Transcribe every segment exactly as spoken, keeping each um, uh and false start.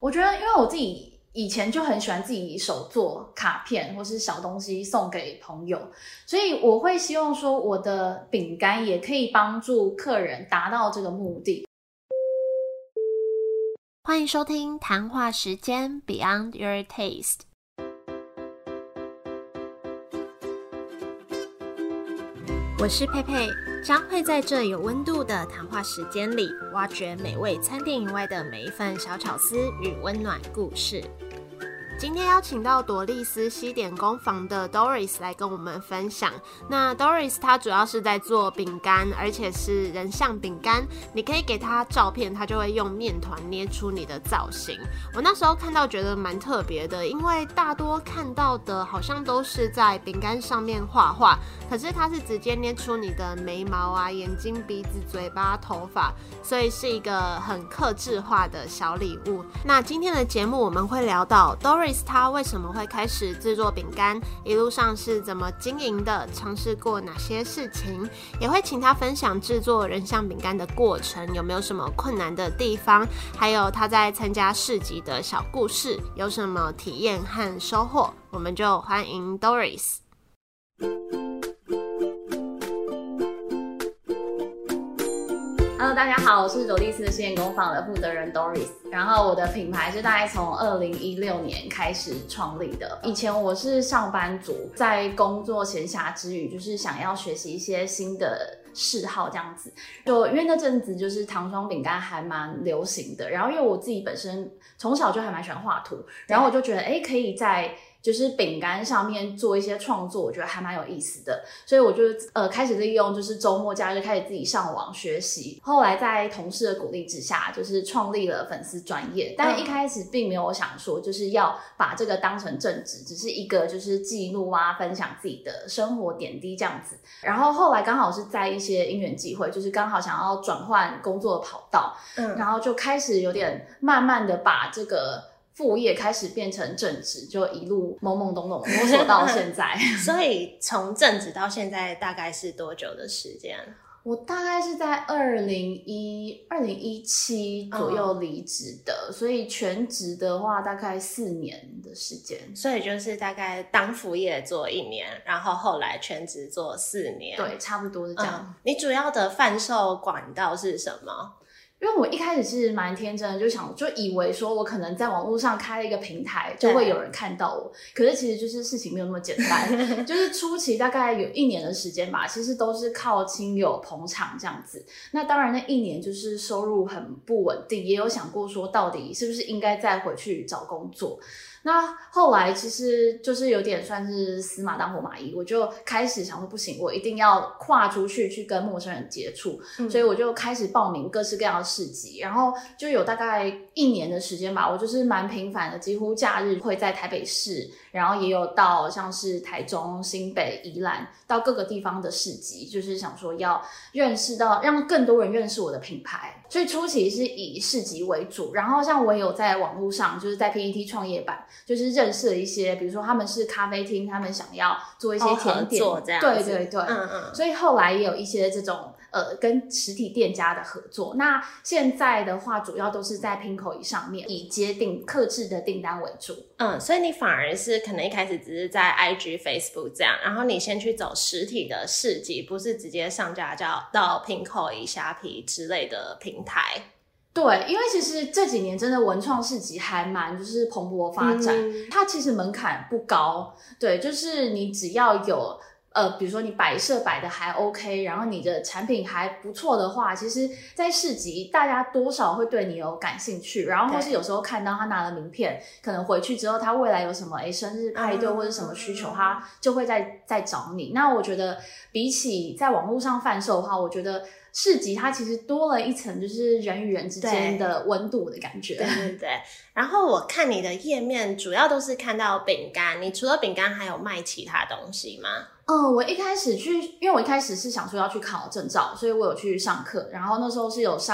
我觉得因为我自己以前就很喜欢自己手做卡片或是小东西送给朋友，所以我会希望说我的饼干也可以帮助客人达到这个目的。 欢迎收听谈话时间 Beyond Your Taste。我是佩佩，将会在这有温度的谈话时间里，挖掘美味餐点以外的每一份小巧思与温暖故事。今天邀请到朵丽丝西点工坊的 Doris 来跟我们分享。那 Doris 她主要是在做饼干，而且是人像饼干，你可以给她照片，她就会用面团捏出你的造型。我那时候看到觉得蛮特别的，因为大多看到的好像都是在饼干上面画画，可是它是直接捏出你的眉毛啊、眼睛、鼻子、嘴巴、头发，所以是一个很客制化的小礼物。那今天的节目我们会聊到 Doris他为什么会开始制作饼干，一路上是怎么经营的，尝试过哪些事情，也会请他分享制作人像饼干的过程，有没有什么困难的地方，还有他在参加市集的小故事，有什么体验和收获。我们就欢迎 Doris。 Hello， 大家好，我是朵丽丝西点工坊的负责人 Doris。然后我的品牌是大概从二零一六年开始创立的。以前我是上班族，在工作闲暇之余，就是想要学习一些新的嗜好这样子。就因为那阵子就是糖霜饼干还蛮流行的，然后因为我自己本身从小就还蛮喜欢画图，然后我就觉得哎，可以在就是饼干上面做一些创作，我觉得还蛮有意思的，所以我就呃开始利用就是周末假日开始自己上网学习。后来在同事的鼓励之下，就是创立了粉丝专页，但一开始并没有想说就是要把这个当成正职，只是一个就是记录啊，分享自己的生活点滴这样子。然后后来刚好是在一些因缘际会，就是刚好想要转换工作的跑道，嗯，然后就开始有点慢慢的把这个副业开始变成正职，就一路懵懵懂懂摸索到现在。 所以从正职到现在大概是多久的时间？ 我大概是在二零一七左右离职的，嗯，所以全职的话大概四年的时间。 所以就是大概当副业做一年，然后后来全职做四年。 对，差不多是这样。 嗯，你主要的贩售管道是什么？ 因为我一开始是蛮天真的，就想就以为说我可能在网络上开了一个平台就会有人看到我，可是其实就是事情没有那么简单。就是初期大概有一年的时间吧，其实都是靠亲友捧场这样子。那当然那一年就是收入很不稳定，也有想过说到底是不是应该再回去找工作。那后来其实就是有点算是死马当活马医，我就开始想说不行，我一定要跨出去去跟陌生人接触，嗯，所以我就开始报名各式各样的市集，然后就有大概一年的时间吧，我就是蛮频繁的，几乎假日会在台北市，然后也有到像是台中、新北、宜兰，到各个地方的市集，就是想说要认识到，让更多人认识我的品牌。所以初期是以市集为主，然后像我也有在网络上，就是在 P T T 创业板，就是认识了一些，比如说他们是咖啡厅，他们想要做一些甜点， 哦，这样子， 对对对，嗯嗯，所以后来也有一些这种呃跟实体店家的合作。那现在的话，主要都是在 Pinkoi 上面以接订客制的订单为主。 嗯，所以你反而是可能一开始只是在 I G、Facebook 这样，然后你先去走实体的市集，不是直接上架到到 Pinkoi、虾皮之类的平台。 对，因为其实这几年真的文创市集还蛮就是蓬勃发展，嗯，它其实门槛不高，对，就是你只要有呃，比如说你摆设摆的还 OK， 然后你的产品还不错的话，其实在市集大家多少会对你有感兴趣，然后或是有时候看到他拿了名片，可能回去之后他未来有什么诶生日派对或者什么需求，他就会再再找你。那我觉得比起在网络上贩售的话，我觉得市集它其实多了一层就是人与人之间的温度的感觉。 对对对。然后我看你的页面主要都是看到饼干，你除了饼干还有卖其他东西吗？ 嗯，我一开始去，因为我一开始是想说要去考证照，所以我有去上课，然后那时候是有上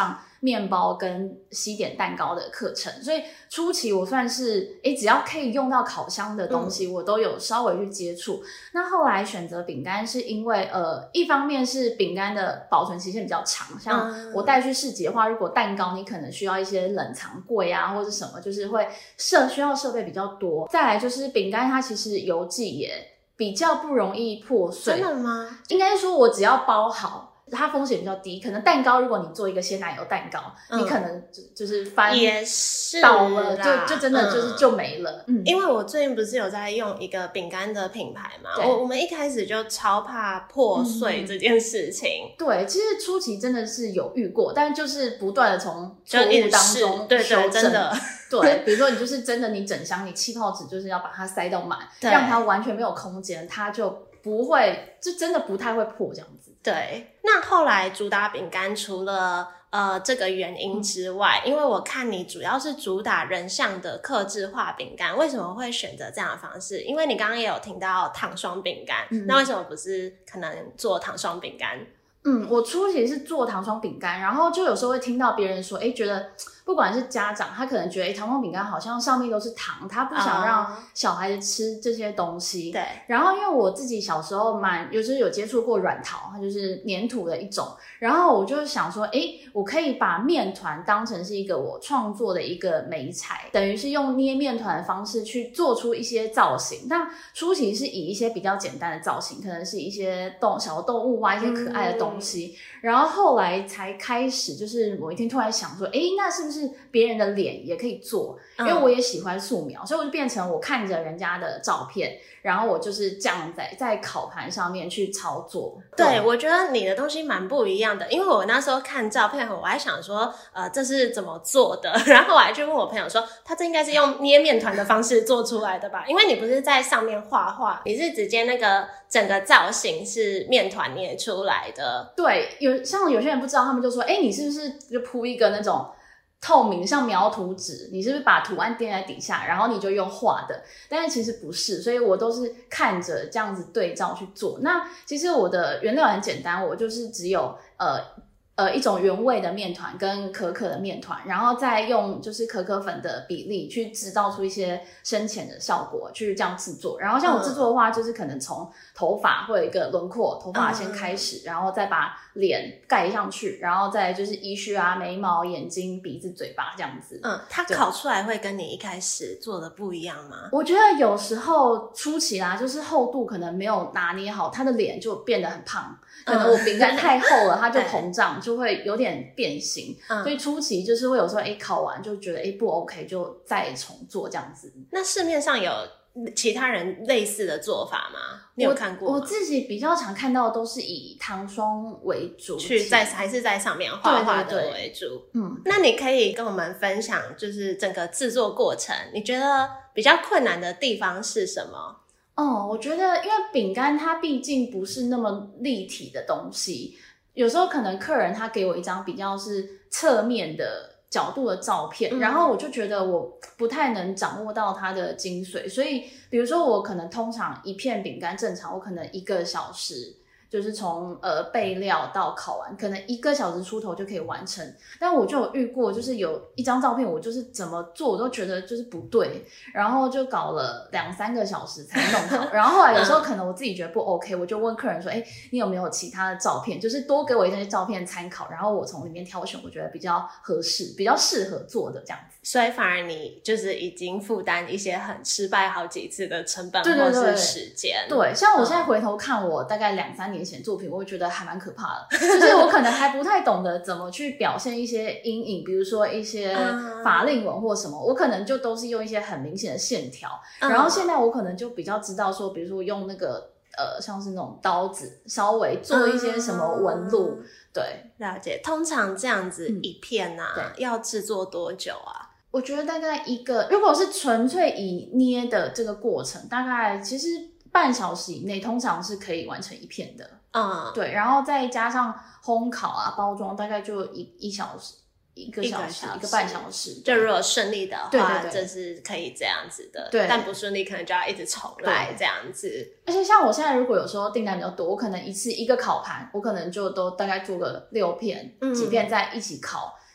面包跟西点蛋糕的课程，所以初期我算是诶只要可以用到烤箱的东西、嗯、我都有稍微去接触。那后来选择饼干是因为呃一方面是饼干的保存期限比较长，像我带去市集的话，如果蛋糕你可能需要一些冷藏柜啊或者什么，就是会设需要设备比较多。再来就是饼干它其实邮寄也比较不容易破碎。 真的吗？ 应该说我只要包好它风险比较低，可能蛋糕如果你做一个鲜奶油蛋糕、嗯、你可能就就是翻也是倒了就就真的就是就没了、嗯、 因为我最近不是有在用一个饼干的品牌嘛，我我们一开始就超怕破碎这件事情、 嗯、对，其实初期真的是有遇过，但就是不断的从错误当中对对真的对，比如说你就是真的你整箱你气泡纸就是要把它塞到满，让它完全没有空间，它就不会就真的不太会破这样子。 对，那后来主打饼干除了呃这个原因之外、嗯、因为我看你主要是主打人像的客制化饼干，为什么会选择这样的方式？因为你刚刚也有听到糖霜饼干、嗯、那为什么不是可能做糖霜饼干？ 嗯，我初期是做糖霜饼干，然后就有时候会听到别人说诶觉得不管是家长他可能觉得诶糖霜饼干好像上面都是糖，他不想让小孩子吃这些东西、 对、 uh, 然后因为我自己小时候蛮有时候有接触过软陶，它就是粘土的一种，然后我就想说诶我可以把面团当成是一个我创作的一个媒材，等于是用捏面团的方式去做出一些造型。那初期是以一些比较简单的造型，可能是一些动小动物啊，一些可爱的东西、嗯、然后后来才开始就是某一天突然想说诶那是不是别人的脸也可以做，因为我也喜欢素描、嗯、所以我就变成我看着人家的照片，然后我就是这样在在烤盘上面去操作。 对, 对我觉得你的东西蛮不一样的，因为我那时候看照片我还想说呃这是怎么做的，然后我还去问我朋友说他这应该是用捏面团的方式做出来的吧，因为你不是在上面画画，你是直接那个整个造型是面团捏出来的。 对，有像有些人不知道，他们就说诶你是不是就铺一个那种透明像描图纸，你是不是把图案垫在底下，然后你就用画的？但是其实不是，所以我都是看着这样子对照去做。那其实我的原料很简单，我就是只有呃呃一种原味的面团跟可可的面团，然后再用就是可可粉的比例去制造出一些深浅的效果，去这样制作。然后像我制作的话，就是可能从头发会有一个轮廓，头发先开始、嗯、然后再把脸盖上去，然后再就是衣须啊、眉毛、眼睛、鼻子、嘴巴这样子。 嗯，它烤出来会跟你一开始做的不一样吗？ 我觉得有时候初期啦，就是厚度可能没有拿捏好，他的脸就变得很胖，可能我饼干太厚了、嗯、它就膨胀就会有点变形、嗯、所以初期就是会有时候诶烤完就觉得诶不 OK 就再重做这样子。 那市面上有其他人类似的做法吗？你有看过吗？ 我, 我自己比较常看到的都是以糖霜为主， 去在还是在上面画画的为主。对对对，嗯，那你可以跟我们分享就是整个制作过程，你觉得比较困难的地方是什么？ 哦，我觉得因为饼干它毕竟不是那么立体的东西，有时候可能客人他给我一张比较是侧面的角度的照片、嗯、然后我就觉得我不太能掌握到它的精髓，所以比如说我可能通常一片饼干正常我可能一个小时就是从呃备料到烤完可能一个小时出头就可以完成，但我就有遇过就是有一张照片我就是怎么做我都觉得就是不对，然后就搞了两三个小时才弄好然后后来有时候可能我自己觉得不 OK 我就问客人说诶你有没有其他的照片，就是多给我一些照片参考，然后我从里面挑选我觉得比较合适比较适合做的这样子。 所以反而你就是已经负担一些很失败好几次的成本或是时间。 对, 对, 对, 对，像我现在回头看我大概两三年前作品我会觉得还蛮可怕的就是我可能还不太懂得怎么去表现一些阴影，比如说一些法令纹或什么、嗯、我可能就都是用一些很明显的线条、嗯、然后现在我可能就比较知道说比如说用那个呃像是那种刀子稍微做一些什么纹路、嗯、对， 了解。通常这样子一片啊、嗯、要制作多久啊？ 我觉得大概一个如果是纯粹以捏的这个过程大概其实半小时以内通常是可以完成一片的。嗯，对，然后再加上烘烤啊包装大概就一一小时一个小时 一, 个, 一个半小时， 就如果顺利的话对对对这是可以这样子的， 对， 但不顺利可能就要一直重来这样子。 而且像我现在如果有时候订单比较多我可能一次一个烤盘我可能就都大概做个六片、嗯、几片再一起烤，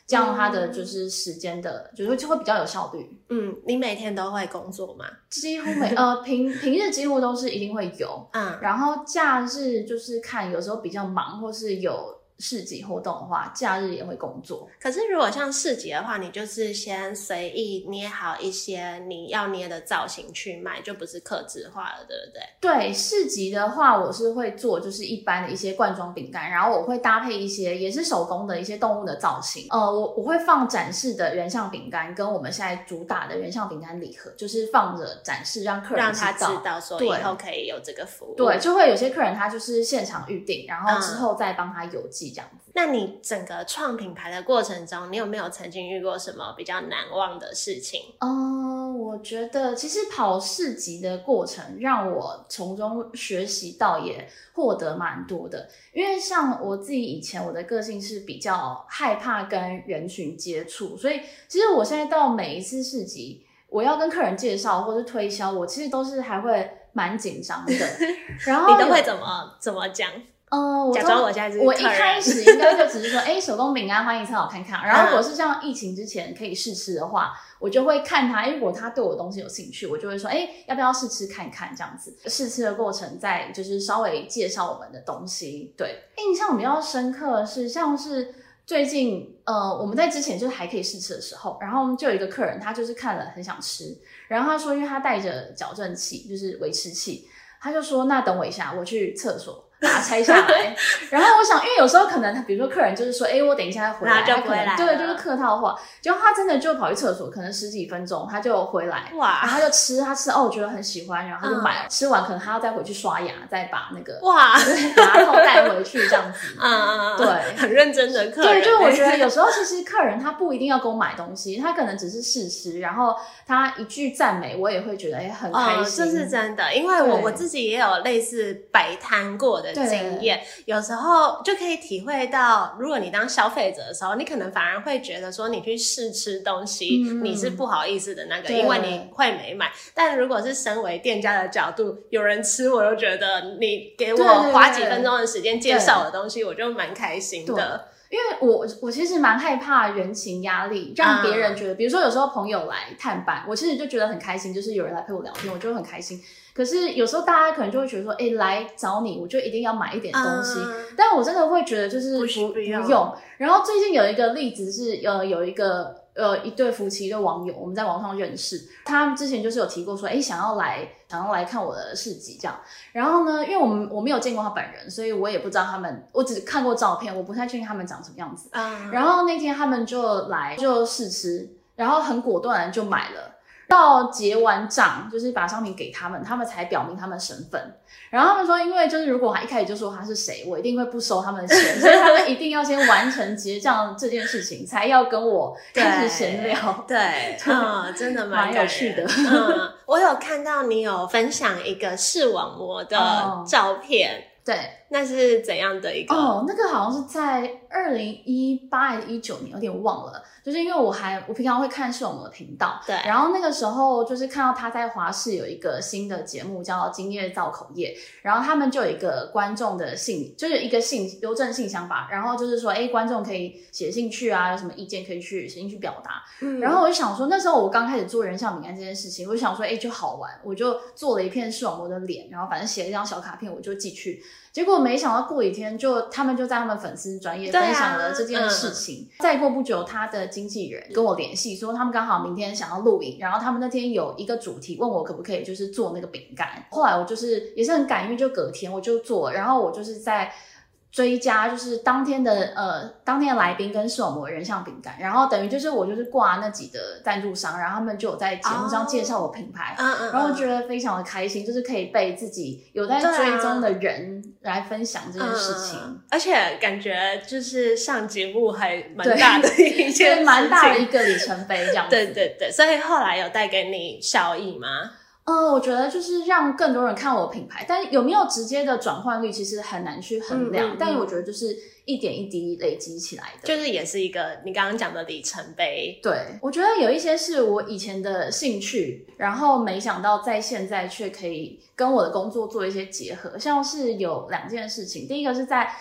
这样它的就是时间的，就是就会比较有效率。 嗯，你每天都会工作吗？ 几乎每呃平平日几乎都是一定会有， 嗯， 然后假日就是看有时候比较忙或是有市集活动的话，假日也会工作。 可是如果像市集的话，你就是先随意捏好一些你要捏的造型去卖，就不是客制化了，对不对？ 对，市集的话我是会做就是一般的一些罐装饼干，然后我会搭配一些也是手工的一些动物的造型。呃，我我会放展示的人像饼干跟我们现在主打的人像饼干礼盒，就是放着展示让客人让他知道说以后可以有这个服务。 对，就会有些客人他就是现场预定，然后之后再帮他邮寄这样子。 嗯，那你整个创品牌的过程中，你有没有曾经遇过什么比较难忘的事情？ 呃，我觉得其实跑市集的过程让我从中学习到也获得蛮多的，因为像我自己以前我的个性是比较害怕跟人群接触，所以其实我现在到每一次市集我要跟客人介绍或是推销，我其实都是还会蛮紧张的。然后你都会怎么怎么讲？ 呃，我假装我现在是客人。 我一开始应该就只是说，哎、欸，手工饼干欢迎参考看看。然后如果是像疫情之前可以试吃的话，我就会看他，如果他对我的东西有兴趣，我就会说，哎、欸，要不要试吃看看这样子。试吃的过程再就是稍微介绍我们的东西。对，印象比较深刻的是，像是最近呃我们在之前就是还可以试吃的时候，然后就有一个客人他就是看了很想吃，然后他说因为他带着矫正器，就是维持器，他就说那等我一下，我去厕所把它拆下来。然后我想，因为有时候可能比如说客人就是说，哎，我等一下再回来， 他就回来了， 他可能对，就是客套话。结果他真的就跑去厕所，可能十几分钟他就回来， 哇！ 然后他就吃，他吃哦，我觉得很喜欢，然后他就买了。嗯、吃完可能他要再回去刷牙，再把那个哇牙套带回去这样子。 嗯嗯， 对， 很认真的客人。 对，就我觉得有时候其实客人他不一定要跟我买东西，他可能只是试吃，然后他一句赞美，我也会觉得哎很开心。 哦，这是真的，因为我我自己也有类似摆摊过的经验。有时候就可以体会到，如果你当消费者的时候，你可能反而会觉得说你去试吃东西、嗯、你是不好意思的那个，因为你会没买。但如果是身为店家的角度，有人吃我就觉得你给我花几分钟的时间介绍的东西，我就蛮开心的。 因为我我其实蛮害怕人情压力，让别人觉得、嗯、比如说有时候朋友来探班，我其实就觉得很开心，就是有人来陪我聊天，我就很开心。可是有时候大家可能就会觉得说，哎、欸，来找你，我就一定要买一点东西。嗯、但我真的会觉得就是不不, 不用。然后最近有一个例子是，呃，有一个呃一对夫妻的网友，我们在网上认识，他们之前就是有提过说，哎、欸，想要来想要来看我的市集这样。然后呢，因为我们我没有见过他本人，所以我也不知道他们，我只看过照片，我不太确定他们长什么样子。嗯、然后那天他们就来就试吃，然后很果断的就买了。到结完账，就是把商品给他们，他们才表明他们身份。然后他们说，因为就是如果他一开始就说他是谁，我一定会不收他们的钱，所以他们一定要先完成结账这件事情，才要跟我开始闲聊。 对，对嗯，真的蛮有趣的。 嗯，我有看到你有分享一个视网膜的照片。哦， 对， 那是怎样的一个？ 哦，那个好像是在二零一八还是一九年，有点忘了。就是因为我还我平常会看视网膜的频道， 对， 然后那个时候就是看到他在华视有一个新的节目叫《今夜造口业》，然后他们就有一个观众的信，就是一个信邮政信箱吧，然后就是说，哎，观众可以写信去啊，有什么意见可以去写信去表达。嗯，然后我就想说，那时候我刚开始做人像饼干这件事情，我就想说，哎，就好玩，我就做了一片视网膜的脸，然后反正写了一张小卡片，我就寄去。结果没想到过几天就他们就在他们粉丝专页分享了这件事情。啊嗯、再过不久，他的经纪人跟我联系说，他们刚好明天想要录影，然后他们那天有一个主题，问我可不可以就是做那个饼干。后来我就是也是很赶，因为就隔天我就做了，然后我就是在追加就是当天的呃当天的来宾跟视网膜人像饼干，然后等于就是我就是挂那几个赞助商，然后他们就有在节目上介绍我品牌，哦、然后觉得非常的开心，就是可以被自己有在追踪的人来分享这件事情， 嗯、而且感觉就是上节目还蛮大的一件事情， 蛮大的一个里程碑这样子。 对对对，所以后来有带给你效益吗？ 呃，我觉得就是让更多人看我的品牌，但有没有直接的转换率其实很难去衡量，嗯嗯嗯，但我觉得就是一点一滴累积起来的， 就是也是一个你刚刚讲的里程碑。 对，我觉得有一些是我以前的兴趣，然后没想到在现在却可以跟我的工作做一些结合，像是有两件事情，第一个是在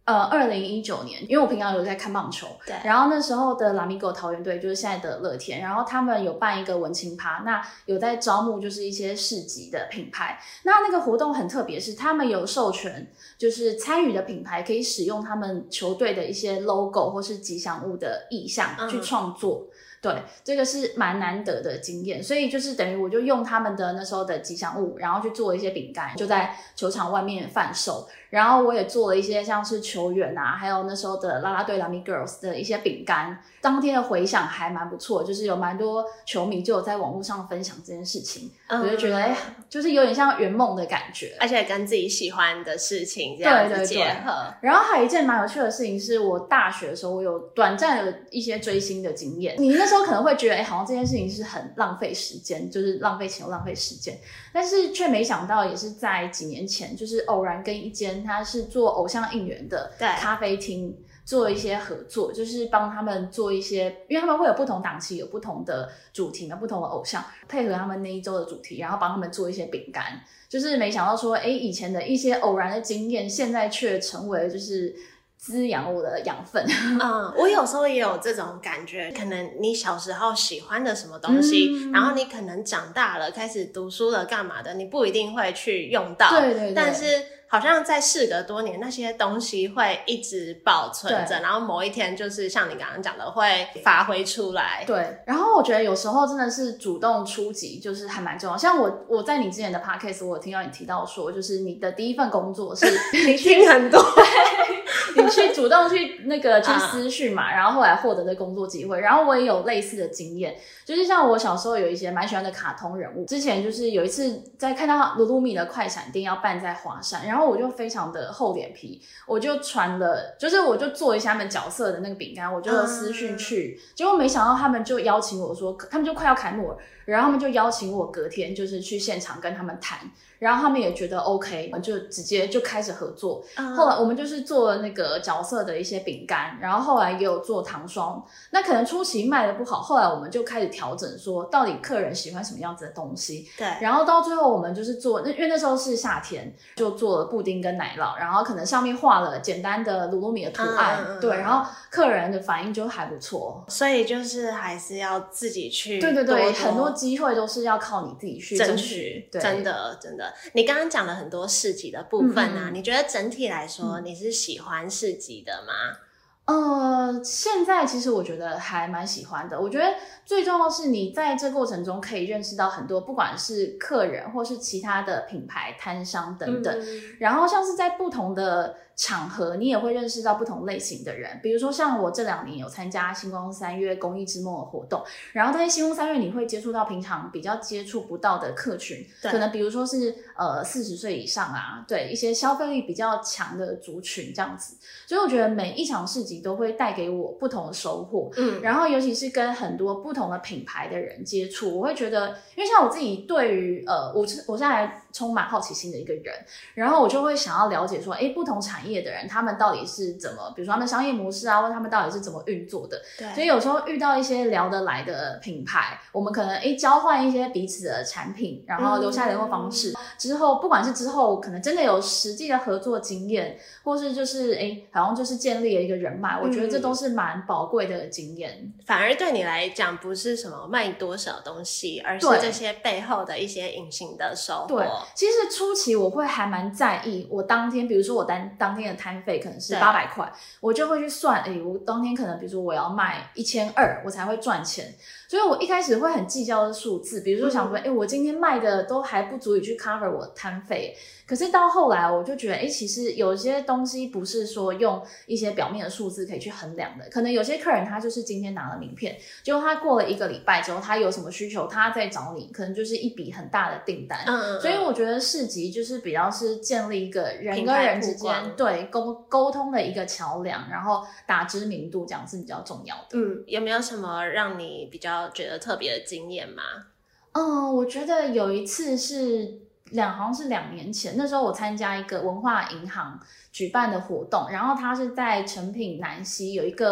呃，二零一九年，因为我平常有在看棒球， 对， 然后那时候的拉米狗桃园队就是现在的乐天，然后他们有办一个文青趴，那有在招募就是一些市集的品牌，那那个活动很特别，是他们有授权，就是参与的品牌可以使用他们球队的一些 logo 或是吉祥物的意象去创作。嗯，对，这个是蛮难得的经验，所以就是等于我就用他们的那时候的吉祥物，然后去做一些饼干，就在球场外面贩售。然后我也做了一些像是球员啊，还有那时候的啦啦队 Lamy Girls 的一些饼干，当天的回响还蛮不错，就是有蛮多球迷就有在网络上分享这件事情，嗯，我就觉得哎，就是有点像圆梦的感觉， 而且跟自己喜欢的事情这样子结合。对对对， 然后还有一件蛮有趣的事情是，我大学的时候我有短暂的一些追星的经验。你那时候可能会觉得，哎，好像这件事情是很浪费时间，就是浪费钱又浪费时间，但是却没想到，也是在几年前，就是偶然跟一间他是做偶像应援的咖啡厅做一些合作，就是帮他们做一些，因为他们会有不同档期，有不同的主题嘛，不同的偶像，配合他们那一周的主题，然后帮他们做一些饼干。就是没想到说，哎，以前的一些偶然的经验，现在却成为就是滋养我的养分。 嗯，我有时候也有这种感觉，可能你小时候喜欢的什么东西，嗯，然后你可能长大了开始读书了干嘛的，你不一定会去用到， 对对对， 但是好像在事隔多年，那些东西会一直保存着，然后某一天就是像你刚刚讲的会发挥出来。 对，然后我觉得有时候真的是主动出击就是还蛮重要。像我我在你之前的 podcast 我有听到你提到说，就是你的第一份工作是你听很多你去主动去那个去私讯嘛，然后后来获得的工作机会。然后我也有类似的经验，就是像我小时候有一些蛮喜欢的卡通人物，之前就是有一次在看到鲁鲁米的快闪店要办在华山，然后我就非常的厚脸皮，我就传了，就是我就做一下他们角色的那个饼干，我就私讯去，嗯，结果没想到他们就邀请我说，他们就快要开幕了，然后他们就邀请我隔天就是去现场跟他们谈，然后他们也觉得 OK， 我就直接就开始合作。嗯，后来我们就是做了那个角色的一些饼干，然后后来也有做糖霜，那可能初期卖的不好，后来我们就开始调整说到底客人喜欢什么样子的东西。 对， 然后到最后我们就是做，因为那时候是夏天，就做了布丁跟奶酪，然后可能上面画了简单的鲁鲁米的图案，嗯嗯嗯，对，然后客人的反应就还不错。 所以就是还是要自己去多多， 对对对，很多机会都是要靠你自己去争取， 对，真的真的。你刚刚讲了很多市集的部分啊，嗯，你觉得整体来说，嗯，你是喜欢市集的吗？ 呃，现在其实我觉得还蛮喜欢的。我觉得最重要的是你在这过程中可以认识到很多，不管是客人或是其他的品牌摊商等等，嗯，然后像是在不同的场合你也会认识到不同类型的人，比如说像我这两年有参加星光三月公益之梦的活动，然后在星光三月你会接触到平常比较接触不到的客群，可能比如说是呃四十岁以上啊，对，一些消费力比较强的族群这样子。所以我觉得每一场市集都会带给我不同的收获，嗯，然后尤其是跟很多不同的品牌的人接触，我会觉得，因为像我自己对于呃我我现在充满好奇心的一个人，然后我就会想要了解说，哎，不同产业的人他们到底是怎么，比如说他们商业模式啊，或者他们到底是怎么运作的。对，所以有时候遇到一些聊得来的品牌，我们可能哎交换一些彼此的产品，然后留下联络方式，嗯，之后不管是之后可能真的有实际的合作经验，或是就是哎好像就是建立了一个人脉，我觉得这都是蛮宝贵的经验。 反而对你来讲不是什么卖多少东西，而是这些背后的一些隐形的收获。 对，其实初期我会还蛮在意我当天，比如说我当当天的摊费可能是八百块，我就会去算，哎，我当天可能比如说我要卖一千二，我才会赚钱。所以我一开始会很计较的数字，比如说想说，哎、嗯，我今天卖的都还不足以去 cover 我摊费。可是到后来我就觉得，哎，其实有些东西不是说用一些表面的数字可以去衡量的。可能有些客人他就是今天拿了名片，结果他过了一个礼拜之后，他有什么需求，他再找你，可能就是一笔很大的订单。嗯嗯嗯。所以我觉得市集就是比较是建立一个人跟人之间对沟沟通的一个桥梁，然后打知名度，这样是比较重要的。 嗯，有没有什么让你比较觉得特别的经验吗？ 嗯，我觉得有一次是两好像是两年前，那时候我参加一个文化银行举办的活动，然后它是在诚品南西有一个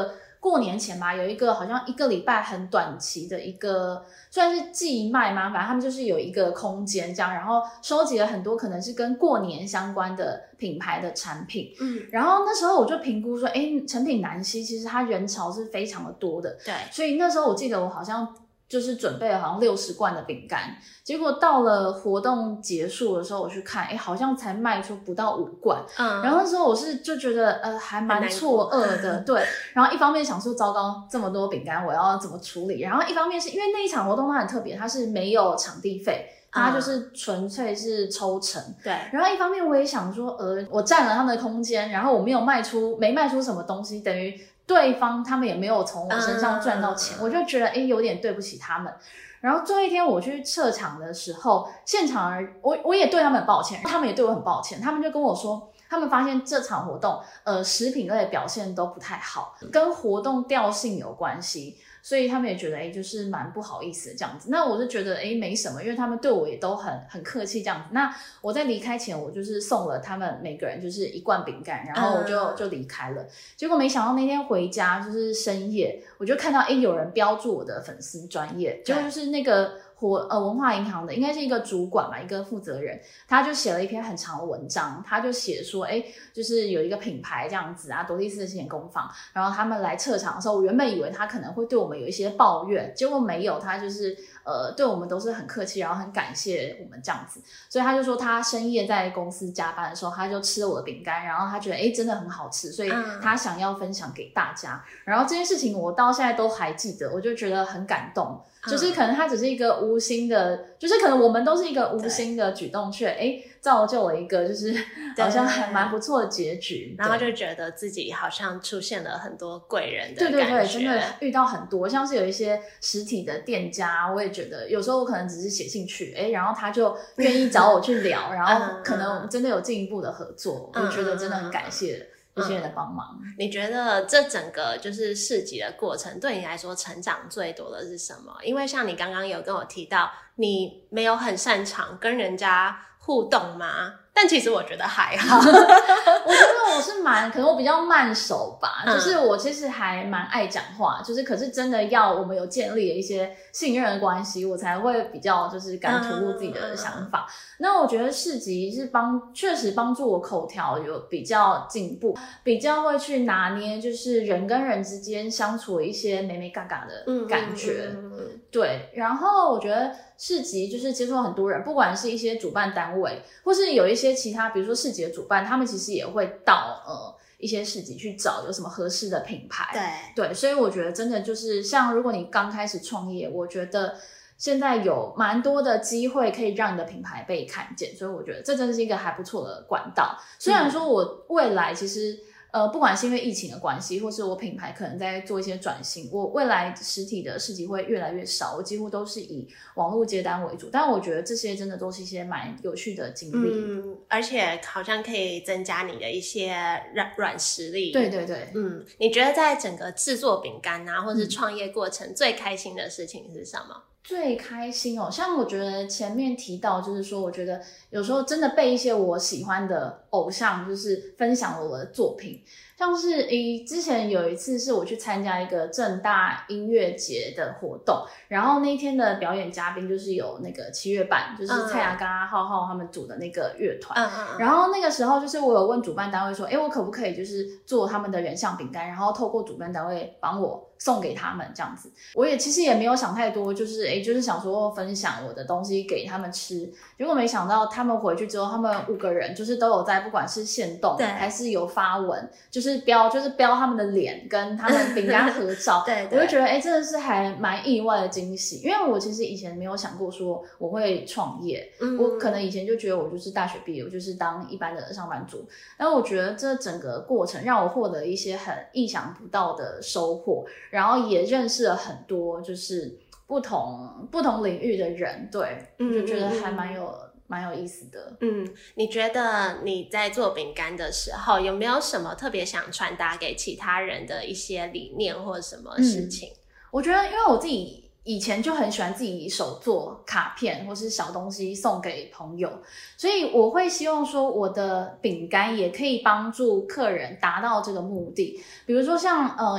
过年前吧，有一个好像一个礼拜很短期的一个算是寄卖嘛，反正他们就是有一个空间这样，然后收集了很多可能是跟过年相关的品牌的产品。嗯，然后那时候我就评估说，哎，诚品南西其实它人潮是非常的多的， 对， 所以那时候我记得我好像就是准备了好像六十罐的饼干，结果到了活动结束的时候我去看，哎，好像才卖出不到五罐。嗯，然后那时候我是就觉得呃还蛮错愕的，对。然后一方面想说糟糕，这么多饼干我要怎么处理？然后一方面是因为那一场活动它很特别，它是没有场地费。它就是纯粹是抽成， 嗯，对。 然后一方面我也想说，呃，我占了他们的空间，然后我没有卖出，没卖出什么东西，等于对方他们也没有从我身上赚到钱，嗯，我就觉得哎有点对不起他们。然后最后一天我去撤场的时候，现场我我也对他们很抱歉，他们也对我很抱歉，他们就跟我说，他们发现这场活动，呃，食品类的表现都不太好，跟活动调性有关系。所以他们也觉得哎，就是蛮不好意思的这样子。那我是觉得哎没什么，因为他们对我也都很很客气这样子。那我在离开前，我就是送了他们每个人就是一罐饼干，然后我就、嗯、就离开了。结果没想到那天回家就是深夜，我就看到哎有人标注我的粉丝专页，结果就是那个活呃文化银行的应该是一个主管吧，一个负责人，他就写了一篇很长的文章，他就写说哎就是有一个品牌这样子啊，多利斯的纪念工坊，然后他们来撤场的时候，我原本以为他可能会对我们有一些抱怨，结果没有，他就是呃对我们都是很客气，然后很感谢我们这样子。所以他就说他深夜在公司加班的时候，他就吃了我的饼干，然后他觉得哎真的很好吃，所以他想要分享给大家。然后这件事情我到现在都还记得，我就觉得很感动。就是可能它只是一个无心的，就是可能我们都是一个无心的举动，却哎造就了一个就是好像还蛮不错的结局， 然后就觉得自己好像出现了很多贵人的感觉。 对对对，真的遇到很多，像是有一些实体的店家，我也觉得有时候我可能只是写兴趣，哎，然后他就愿意找我去聊，然后可能我们真的有进一步的合作，我觉得真的很感谢这些人的帮忙。 嗯，你觉得这整个就是市集的过程对你来说成长最多的是什么？因为像你刚刚有跟我提到你没有很擅长跟人家互动吗？但其实我觉得还好。我觉得我是蛮可能我比较慢熟吧，嗯，就是我其实还蛮爱讲话，就是可是真的要我们有建立了一些信任的关系，我才会比较就是敢吐露自己的想法。嗯，那我觉得市集是帮确实帮助我口条有比较进步，比较会去拿捏就是人跟人之间相处的一些美美嘎嘎的感觉。嗯嗯嗯嗯，对，然后我觉得市集就是接触到很多人，不管是一些主办单位，或是有一些其他比如说市集的主办，他们其实也会到呃一些市集去找有什么合适的品牌。对对，所以我觉得真的就是像如果你刚开始创业，我觉得现在有蛮多的机会可以让你的品牌被看见，所以我觉得这真的是一个还不错的管道。虽然说我未来其实呃，不管是因为疫情的关系，或是我品牌可能在做一些转型，我未来实体的市集会越来越少，我几乎都是以网络接单为主。但我觉得这些真的都是一些蛮有趣的经历， 嗯，而且好像可以增加你的一些软软实力。 对对对， 嗯，你觉得在整个制作饼干啊，或是创业过程，嗯，最开心的事情是什么？ 最开心哦，像我觉得前面提到，就是说，我觉得有时候真的被一些我喜欢的偶像，就是分享了我的作品。像是诶，之前有一次是我去参加一个政大音乐节的活动，然后那天的表演嘉宾就是有那个七月半，就是蔡雅刚、浩浩他们组的那个乐团。嗯、然后那个时候就是我有问主办单位说，诶，我可不可以就是做他们的人像饼干，然后透过主办单位帮我送给他们这样子。我也其实也没有想太多，就是诶，就是想说分享我的东西给他们吃。结果没想到他们回去之后，他们五个人就是都有在不管是限动还是有发文，就是标就是标他们的脸跟他们饼干合照。对, 对，我就觉得哎，真的是还蛮意外的惊喜，因为我其实以前没有想过说我会创业，嗯、我可能以前就觉得我就是大学毕业，我就是当一般的上班族。但我觉得这整个过程让我获得一些很意想不到的收获，然后也认识了很多就是不同不同领域的人，对，我就觉得还蛮有。嗯蛮有意思的。 嗯，你觉得你在做饼干的时候有没有什么特别想传达给其他人的一些理念或者什么事情？嗯、 我觉得因为我自己以前就很喜欢自己手做卡片或是小东西送给朋友，所以我会希望说我的饼干也可以帮助客人达到这个目的。比如说像呃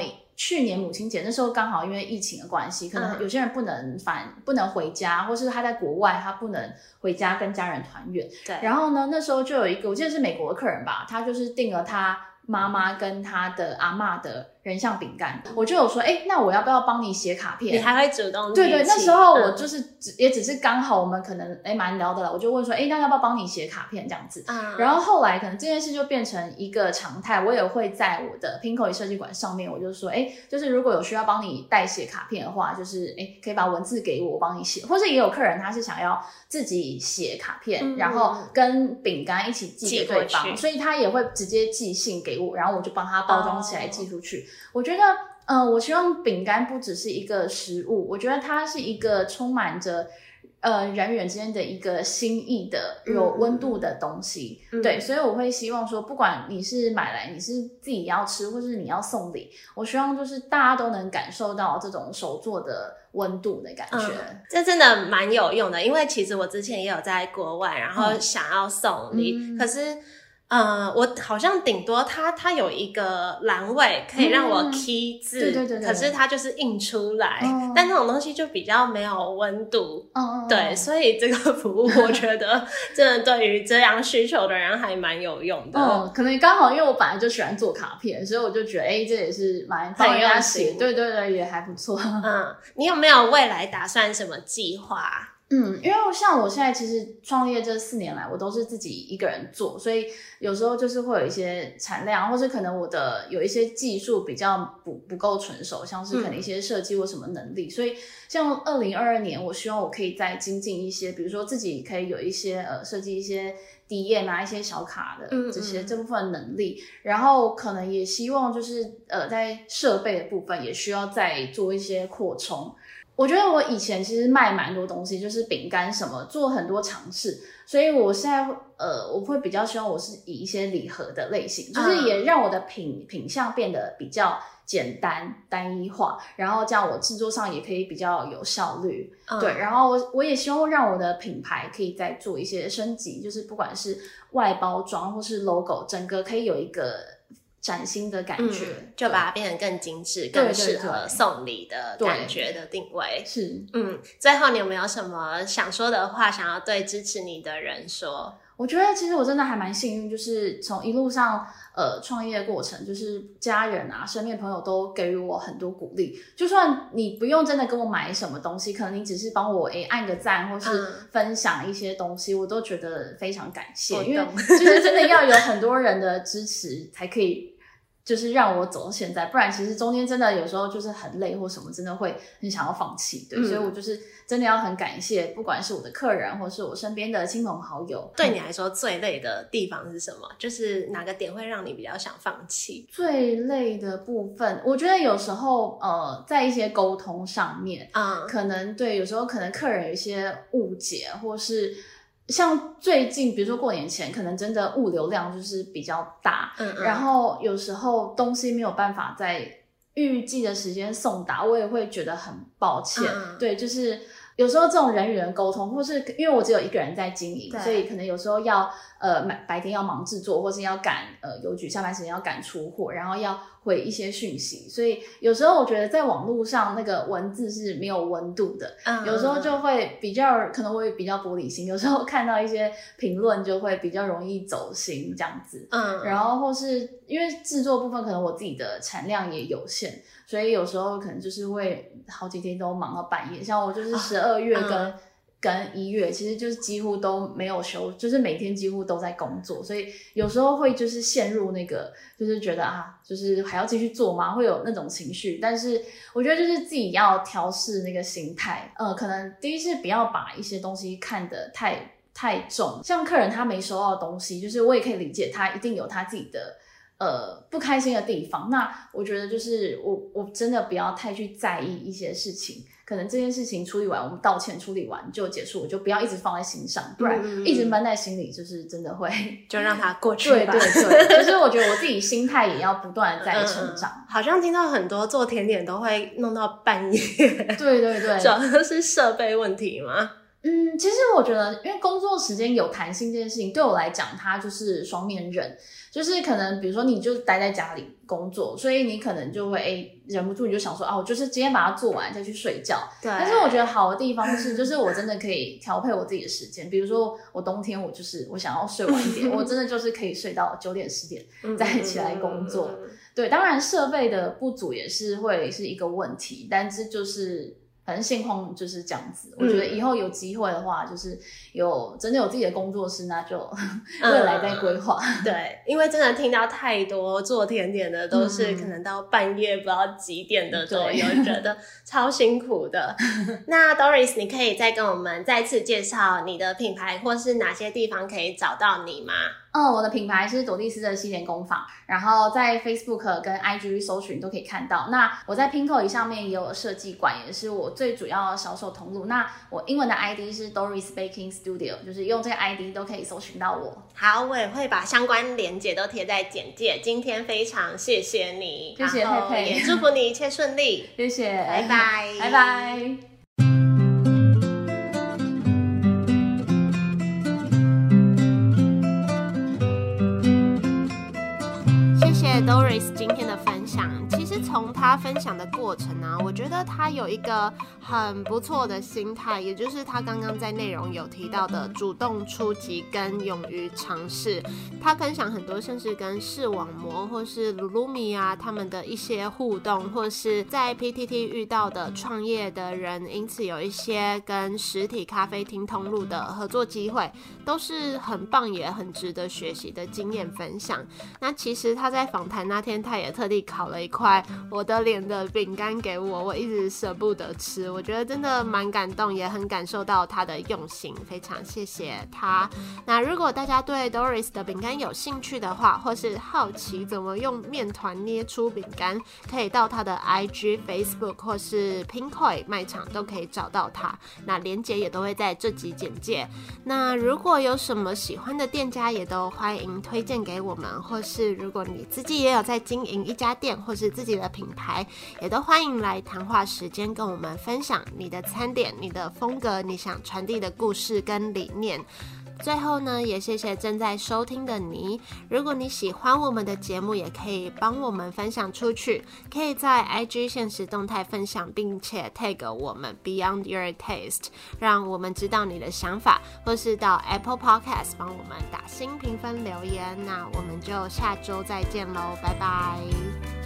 去年母亲节那时候刚好因为疫情的关系，可能有些人不能返、嗯、不能回家，或是他在国外他不能回家跟家人团圆。 对。 然后呢，那时候就有一个我记得是美国的客人吧，他就是订了他妈妈跟他的阿嬷的人像饼干，我就有说，哎，那我要不要帮你写卡片？ 你还会主动提起？ 对对，那时候我就是只、嗯、也只是刚好我们可能哎蛮聊得来，我就问说，哎，那要不要帮你写卡片这样子？嗯，然后后来可能这件事就变成一个常态，我也会在我的 Pinkoi 设计馆上面，我就说，哎，就是如果有需要帮你代写卡片的话，就是哎可以把文字给我，我帮你写，或是也有客人他是想要自己写卡片，嗯、然后跟饼干一起寄给对方，所以他也会直接寄信给我，然后我就帮他包装起来寄出去。哦、我觉得。呃，我希望饼干不只是一个食物，我觉得它是一个充满着呃人与人之间的一个心意的有温度的东西、嗯、对，所以我会希望说不管你是买来你是自己要吃或是你要送礼，我希望就是大家都能感受到这种手做的温度的感觉、 嗯、这真的蛮有用的，因为其实我之前也有在国外然后想要送礼、嗯、可是呃，我好像顶多它它有一个栏位可以让我 key 字、嗯、对对 对, 对，可是它就是印出来、哦、但那种东西就比较没有温度、哦、对，所以这个服务我觉得真的对于这样需求的人还蛮有用的。 嗯，可能刚好因为我本来就喜欢做卡片，所以我就觉得哎，这也是蛮帮人家写，对对对，也还不错。 嗯，你有没有未来打算什么计划？ 嗯，因为像我现在其实创业这四年来我都是自己一个人做，所以有时候就是会有一些产量，或是可能我的有一些技术比较不不够纯熟，像是可能一些设计或什么能力、嗯、所以像二零二二年我希望我可以再精进一些，比如说自己可以有一些呃设计一些 D M 啊一些小卡的这些、嗯嗯、这部分能力，然后可能也希望就是呃在设备的部分也需要再做一些扩充。我觉得我以前其实卖蛮多东西，就是饼干什么做很多尝试，所以我现在呃我会比较希望我是以一些礼盒的类型，就是也让我的品品项变得比较简单单一化，然后这样我制作上也可以比较有效率、嗯、对，然后我我也希望让我的品牌可以再做一些升级，就是不管是外包装或是 logo 整个可以有一个崭新的感觉、嗯、 就把它变得更精致更适合送礼的感觉的定位。 是， 嗯，最后你有没有什么想说的话想要对支持你的人说？ 我觉得其实我真的还蛮幸运，就是从一路上呃创业的过程，就是家人啊身边朋友都给予我很多鼓励，就算你不用真的跟我买什么东西，可能你只是帮我诶按个赞或是分享一些东西、嗯、我都觉得非常感谢、嗯、因为就是真的要有很多人的支持才可以就是让我走到现在，不然其实中间真的有时候就是很累或什么，真的会很想要放弃。对、嗯，所以我就是真的要很感谢，不管是我的客人或是我身边的亲朋好友。 对你来说最累的地方是什么？就是哪个点会让你比较想放弃？ 最累的部分，我觉得有时候呃，在一些沟通上面，嗯，可能对，有时候可能客人有一些误解，或是。像最近比如说过年前可能真的物流量就是比较大，嗯嗯，然后有时候东西没有办法在预计的时间送达，我也会觉得很抱歉。嗯，对，就是有时候这种人与人沟通，或是因为我只有一个人在经营，所以可能有时候要呃白天要忙制作，或是要赶呃邮局下班时间要赶出货，然后要回一些讯息，所以有时候我觉得在网络上那个文字是没有温度的，嗯，有时候就会比较可能我也比较玻璃心，有时候看到一些评论就会比较容易走心这样子，嗯，然后或是因为制作部分可能我自己的产量也有限，所以有时候可能就是会好几天都忙到半夜，像我就是十二月跟、啊嗯跟一月其实就是几乎都没有休，就是每天几乎都在工作，所以有时候会就是陷入那个就是觉得啊就是还要继续做吗，会有那种情绪，但是我觉得就是自己要调适那个心态，呃，可能第一是不要把一些东西看得太太重，像客人他没收到的东西，就是我也可以理解他一定有他自己的呃不开心的地方，那我觉得就是我我真的不要太去在意一些事情，可能这件事情处理完我们道歉处理完就结束，我就不要一直放在心上，不然一直闷在心里就是真的会就让它过去吧。 对对对，就是我觉得我自己心态也要不断的在成长、 嗯、好像听到很多做甜点都会弄到半夜。 对对对， 主要是设备问题吗？ 嗯，其实我觉得，因为工作时间有弹性这件事情，对我来讲，它就是双面刃。就是可能，比如说，你就待在家里工作，所以你可能就会哎、欸、忍不住你就想说，哦，我就是今天把它做完再去睡觉。 对。 但是我觉得好的地方是，就是我真的可以调配我自己的时间。比如说，我冬天我就是我想要睡晚一点，我真的就是可以睡到九点十点再起来工作。对，当然设备的不足也是会是一个问题，但是就是。反正现况就是这样子，我觉得以后有机会的话，就是有真的有自己的工作室，那就未来再规划、 嗯。对，因为真的听到太多做甜点的都是可能到半夜不知道几点的都有，觉得超辛苦的。那 Doris， 你可以再跟我们再次介绍你的品牌，或是哪些地方可以找到你吗？ 嗯，我的品牌是朵蒂丝的西点工坊，然后在 Facebook 跟 I G 搜寻都可以看到。那我在 Pinkoi 上面也有设计馆，也是我最主要的销售通路。那我英文的 I D 是 Doris Baking Studio， 就是用这个 I D 都可以搜寻到我。 好，我也会把相关连结都贴在简介。今天非常谢谢你， 谢谢佩佩， 也祝福你一切顺利。 谢谢， 拜拜， 拜拜。 Doris 今天的分享，其实从她分享的过程啊，我觉得她有一个很不错的心态，也就是她刚刚在内容有提到的主动出击跟勇于尝试。她分享很多甚至跟视网膜或是 Lulumi 啊他们的一些互动，或是在 P T T 遇到的创业的人，因此有一些跟实体咖啡厅通路的合作机会，都是很棒也很值得学习的经验分享。那其实她在访谈那天，他也特地烤了一块我的脸的饼干给我，我一直舍不得吃，我觉得真的蛮感动，也很感受到他的用心，非常谢谢他。那如果大家对 Doris 的饼干有兴趣的话，或是好奇怎么用面团捏出饼干，可以到他的 I G、Facebook 或是 Pinkoi 卖场都可以找到他，那连结也都会在这集简介。那如果有什么喜欢的店家，也都欢迎推荐给我们，或是如果你自己也有在经营一家店或是自己的品牌，也都欢迎来谈话时间跟我们分享你的餐点、你的风格、你想传递的故事跟理念。最后呢，也谢谢正在收听的你。如果你喜欢我们的节目，也可以帮我们分享出去，可以在 I G 限时动态分享，并且 tag 我们 Beyond Your Taste， 让我们知道你的想法，或是到 Apple Podcast 帮我们打新评分留言。那我们就下周再见喽，拜拜。